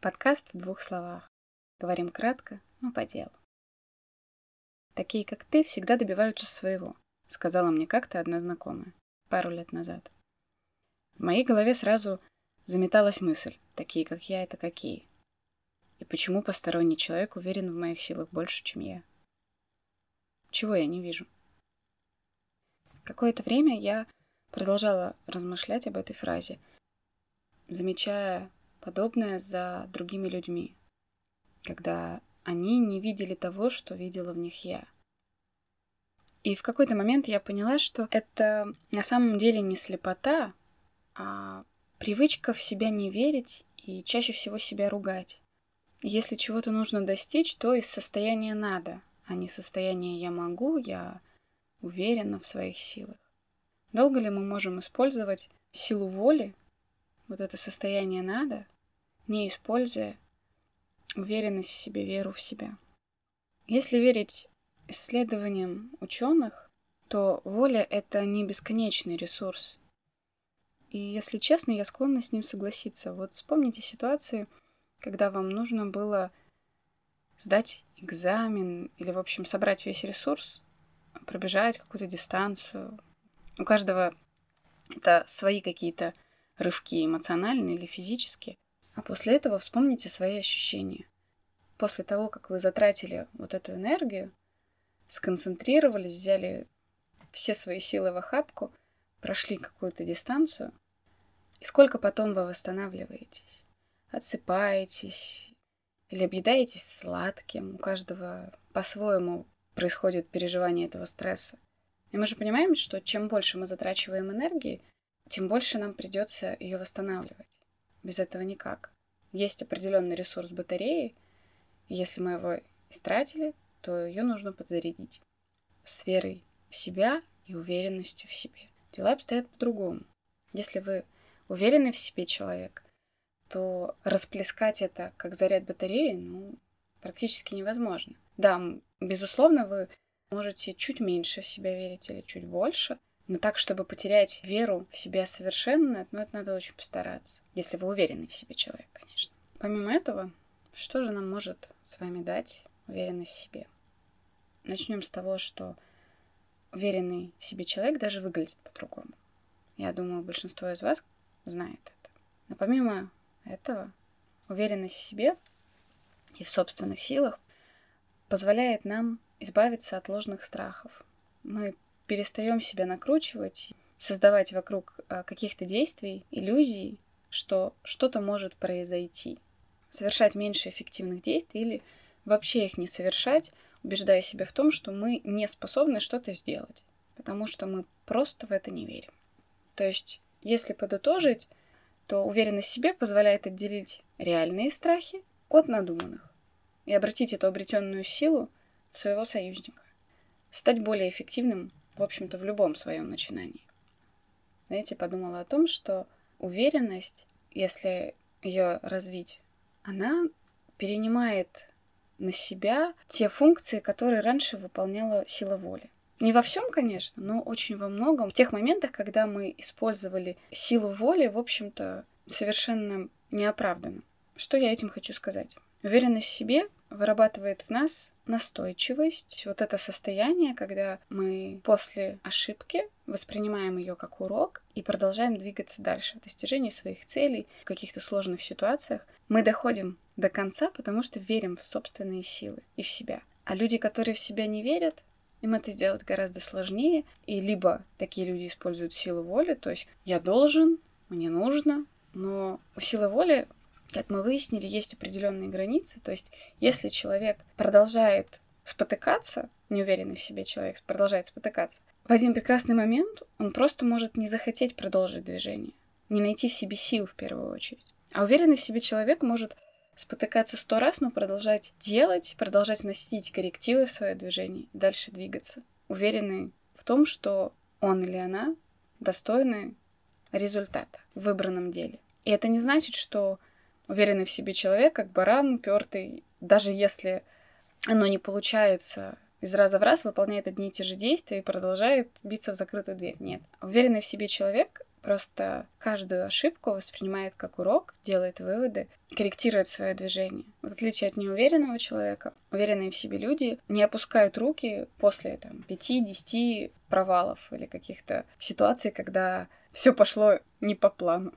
Подкаст в 2 словах. Говорим кратко, но по делу. «Такие, как ты, всегда добиваются своего», — сказала мне как-то одна знакомая пару лет назад. В моей голове сразу заметалась мысль: такие, как я, это какие? И почему посторонний человек уверен в моих силах больше, чем я? Чего я не вижу? Какое-то время я продолжала размышлять об этой фразе, замечая подобное за другими людьми, когда они не видели того, что видела в них я. И в какой-то момент я поняла, что это на самом деле не слепота, а привычка в себя не верить и чаще всего себя ругать. И если чего-то нужно достичь, то из состояния «надо», а не состояния «я могу», «я уверена в своих силах». Долго ли мы можем использовать силу воли, вот это состояние «надо», не используя уверенность в себе, веру в себя? Если верить исследованиям ученых, то воля — это не бесконечный ресурс. И, если честно, я склонна с ним согласиться. Вот вспомните ситуации, когда вам нужно было сдать экзамен или, в общем, собрать весь ресурс, пробежать какую-то дистанцию. У каждого это свои какие-то рывки, эмоциональные или физические. А после этого вспомните свои ощущения. После того, как вы затратили вот эту энергию, сконцентрировались, взяли все свои силы в охапку, прошли какую-то дистанцию, и сколько потом вы восстанавливаетесь, отсыпаетесь или объедаетесь сладким. У каждого по-своему происходит переживание этого стресса. И мы же понимаем, что чем больше мы затрачиваем энергии, тем больше нам придется ее восстанавливать. Без этого никак. Есть определенный ресурс батареи, и если мы его истратили, то ее нужно подзарядить с верой в себя и уверенностью в себе. Дела обстоят по-другому. Если вы уверенный в себе человек, то расплескать это как заряд батареи, практически невозможно. Да, безусловно, вы можете чуть меньше в себя верить или чуть больше, но так, чтобы потерять веру в себя совершенно, это надо очень постараться. Если вы уверенный в себе человек, конечно. Помимо этого, что же нам может с вами дать уверенность в себе? Начнем с того, что уверенный в себе человек даже выглядит по-другому. Я думаю, большинство из вас знает это. Но помимо этого, уверенность в себе и в собственных силах позволяет нам избавиться от ложных страхов. Мы перестаем себя накручивать, создавать вокруг каких-то действий, иллюзий, что что-то может произойти. Совершать меньше эффективных действий или вообще их не совершать, убеждая себя в том, что мы не способны что-то сделать, потому что мы просто в это не верим. То есть, если подытожить, то уверенность в себе позволяет отделить реальные страхи от надуманных и обратить эту обретенную силу в своего союзника. Стать более эффективным, в общем-то, в любом своем начинании. Знаете, подумала о том, что уверенность, если ее развить, она перенимает на себя те функции, которые раньше выполняла сила воли. Не во всем, конечно, но очень во многом. В тех моментах, когда мы использовали силу воли, в общем-то, совершенно неоправданно. Что я этим хочу сказать? Уверенность в себе вырабатывает в нас настойчивость, вот это состояние, когда мы после ошибки воспринимаем ее как урок и продолжаем двигаться дальше в достижении своих целей, в каких-то сложных ситуациях. Мы доходим до конца, потому что верим в собственные силы и в себя. А люди, которые в себя не верят, им это сделать гораздо сложнее, и либо такие люди используют силу воли, то есть «я должен», «мне нужно», но у силы воли, как мы выяснили, есть определенные границы. То есть, если человек продолжает спотыкаться, неуверенный в себе человек продолжает спотыкаться, в один прекрасный момент он просто может не захотеть продолжить движение, не найти в себе сил в первую очередь. А уверенный в себе человек может спотыкаться 100 раз, но продолжать делать, продолжать вносить коррективы в свое движение и дальше двигаться. Уверенный в том, что он или она достойны результата в выбранном деле. И это не значит, что уверенный в себе человек, как баран упертый, даже если оно не получается, из раза в раз выполняет одни и те же действия и продолжает биться в закрытую дверь. Нет. Уверенный в себе человек просто каждую ошибку воспринимает как урок, делает выводы, корректирует свое движение. В отличие от неуверенного человека, уверенные в себе люди не опускают руки после 5-10 провалов или каких-то ситуаций, когда все пошло не по плану.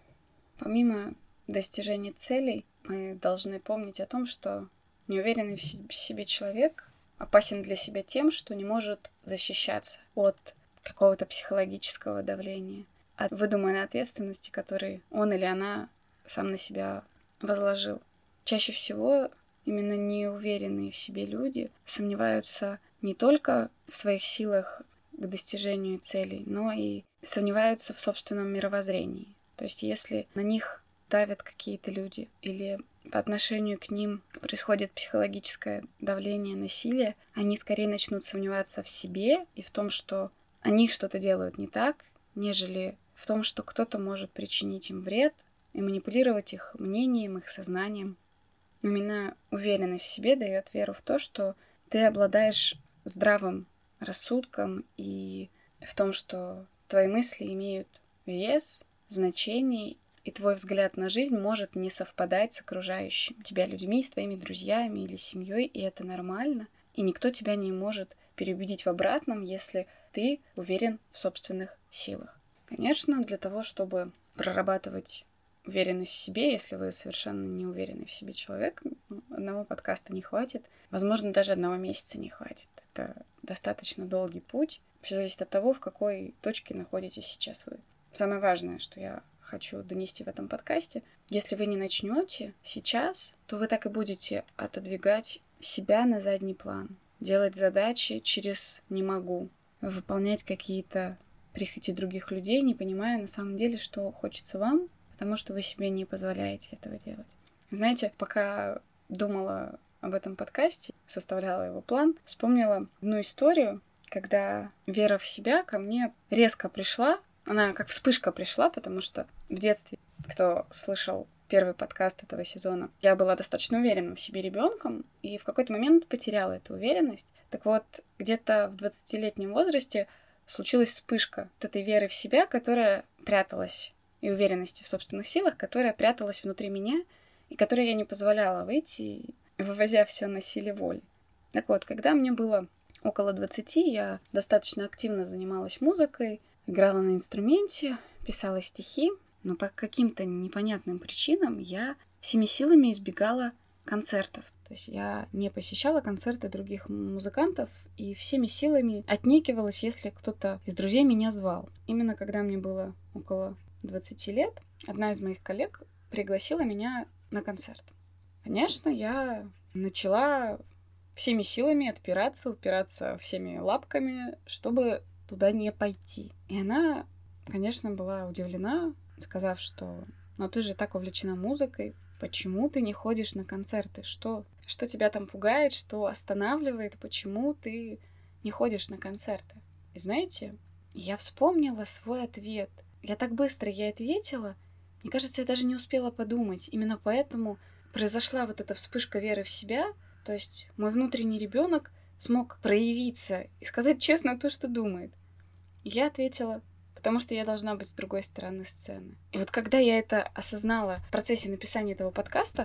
Помимо достижения целей, мы должны помнить о том, что неуверенный в себе человек опасен для себя тем, что не может защищаться от какого-то психологического давления, от выдуманной ответственности, которую он или она сам на себя возложил. Чаще всего именно неуверенные в себе люди сомневаются не только в своих силах к достижению целей, но и сомневаются в собственном мировоззрении. То есть если на них давят какие-то люди или по отношению к ним происходит психологическое давление, насилие, они скорее начнут сомневаться в себе и в том, что они что-то делают не так, нежели в том, что кто-то может причинить им вред и манипулировать их мнением, их сознанием. Именно уверенность в себе дает веру в то, что ты обладаешь здравым рассудком и в том, что твои мысли имеют вес, значение, и твой взгляд на жизнь может не совпадать с окружающими тебя людьми, с твоими друзьями или семьей, и это нормально. И никто тебя не может переубедить в обратном, если ты уверен в собственных силах. Конечно, для того, чтобы прорабатывать уверенность в себе, если вы совершенно не уверенный в себе человек, одного подкаста не хватит. Возможно, даже 1 месяца не хватит. Это достаточно долгий путь. Все зависит от того, в какой точке находитесь сейчас вы. Самое важное, что я хочу донести в этом подкасте, если вы не начнете сейчас, то вы так и будете отодвигать себя на задний план, делать задачи через «не могу», выполнять какие-то прихоти других людей, не понимая на самом деле, что хочется вам, потому что вы себе не позволяете этого делать. Знаете, пока думала об этом подкасте, составляла его план, вспомнила одну историю, когда вера в себя ко мне резко пришла. Она как вспышка пришла, потому что в детстве, кто слышал первый подкаст этого сезона, я была достаточно уверенным в себе ребенком и в какой-то момент потеряла эту уверенность. Так вот, где-то в 20-летнем возрасте случилась вспышка вот этой веры в себя, которая пряталась, и уверенности в собственных силах, которая пряталась внутри меня и которой я не позволяла выйти, вывозя все на силе воли. Так вот, когда мне было около 20, я достаточно активно занималась музыкой, играла на инструменте, писала стихи, но по каким-то непонятным причинам я всеми силами избегала концертов. То есть я не посещала концерты других музыкантов и всеми силами отнекивалась, если кто-то из друзей меня звал. Именно когда мне было около 20 лет, одна из моих коллег пригласила меня на концерт. Конечно, я начала всеми силами упираться всеми лапками, чтобы туда не пойти. И она, конечно, была удивлена, сказав, что «но ты же так увлечена музыкой, почему ты не ходишь на концерты? Что тебя там пугает, что останавливает, почему ты не ходишь на концерты?» И знаете, я вспомнила свой ответ. Я так быстро ей ответила, мне кажется, я даже не успела подумать. Именно поэтому произошла вот эта вспышка веры в себя, то есть мой внутренний ребенок смог проявиться и сказать честно то, что думает. И я ответила, потому что я должна быть с другой стороны сцены. И вот когда я это осознала в процессе написания этого подкаста,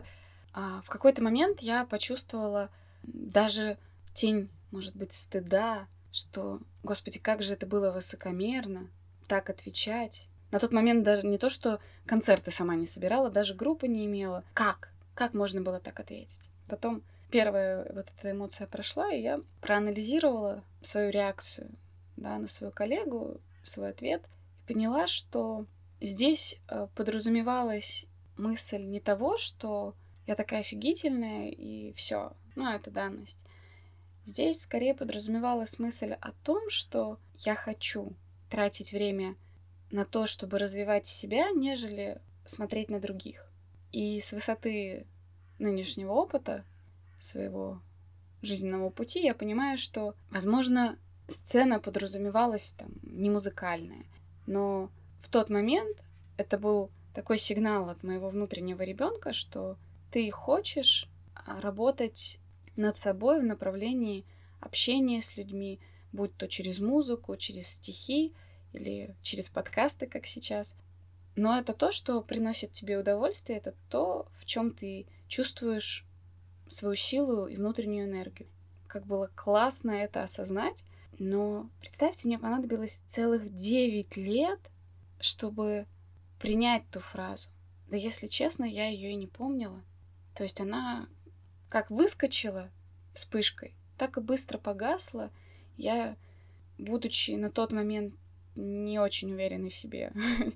в какой-то момент я почувствовала даже тень, может быть, стыда, что, Господи, как же это было высокомерно так отвечать. На тот момент даже не то, что концерты сама не собирала, даже группы не имела. Как можно было так ответить? Потом первая вот эта эмоция прошла, и я проанализировала свою реакцию, на свою коллегу, свой ответ, и поняла, что здесь подразумевалась мысль не того, что я такая офигительная, и все, это данность. Здесь скорее подразумевалась мысль о том, что я хочу тратить время на то, чтобы развивать себя, нежели смотреть на других. И с высоты нынешнего опыта, своего жизненного пути, я понимаю, что, возможно, сцена подразумевалась не музыкальная, но в тот момент это был такой сигнал от моего внутреннего ребенка, что ты хочешь работать над собой в направлении общения с людьми, будь то через музыку, через стихи, или через подкасты, как сейчас. Но это то, что приносит тебе удовольствие, это то, в чем ты чувствуешь свою силу и внутреннюю энергию. Как было классно это осознать, но представьте, мне понадобилось целых 9 лет, чтобы принять ту фразу. Да, если честно, я ее и не помнила. То есть она как выскочила вспышкой, так и быстро погасла. Я, будучи на тот момент не очень уверенной в себе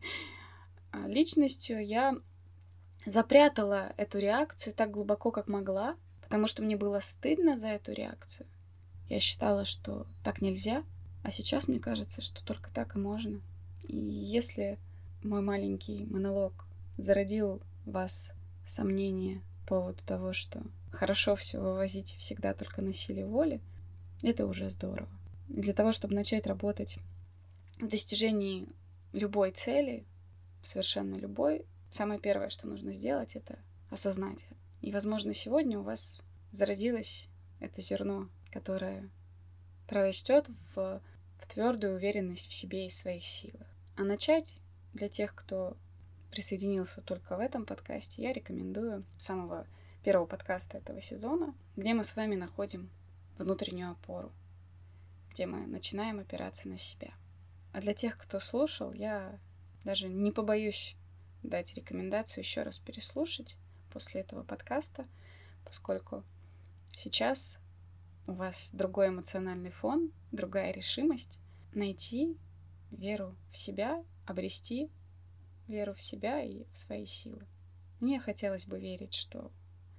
личностью, я запрятала эту реакцию так глубоко, как могла, потому что мне было стыдно за эту реакцию. Я считала, что так нельзя, а сейчас мне кажется, что только так и можно. И если мой маленький монолог зародил в вас сомнения по поводу того, что хорошо все вывозить всегда только на силе воли, это уже здорово. И для того, чтобы начать работать в достижении любой цели, совершенно любой, самое первое, что нужно сделать, это осознать это. И, возможно, сегодня у вас зародилось это зерно, которое прорастет в твердую уверенность в себе и своих силах. А начать для тех, кто присоединился только в этом подкасте, я рекомендую с самого первого подкаста этого сезона, где мы с вами находим внутреннюю опору, где мы начинаем опираться на себя. А для тех, кто слушал, я даже не побоюсь дать рекомендацию еще раз переслушать после этого подкаста, поскольку сейчас у вас другой эмоциональный фон, другая решимость найти веру в себя, обрести веру в себя и в свои силы. Мне хотелось бы верить, что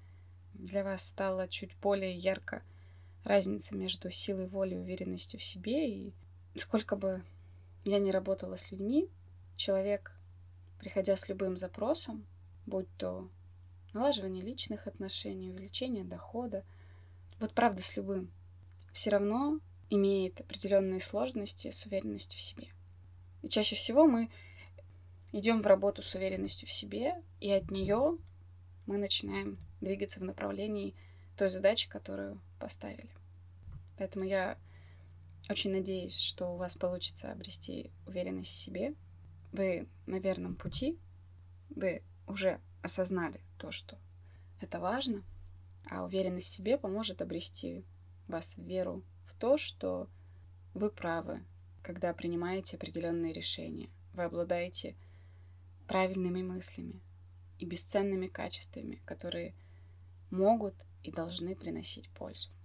для вас стала чуть более ярко разница между силой воли и уверенностью в себе. И сколько бы я ни работала с людьми, человек, приходя с любым запросом, будь то налаживание личных отношений, увеличение дохода, вот правда с любым, все равно имеет определенные сложности с уверенностью в себе. И чаще всего мы идем в работу с уверенностью в себе, и от нее мы начинаем двигаться в направлении той задачи, которую поставили. Поэтому я очень надеюсь, что у вас получится обрести уверенность в себе. Вы на верном пути, вы уже осознали то, что это важно, а уверенность в себе поможет обрести вас веру в то, что вы правы, когда принимаете определенные решения. Вы обладаете правильными мыслями и бесценными качествами, которые могут и должны приносить пользу.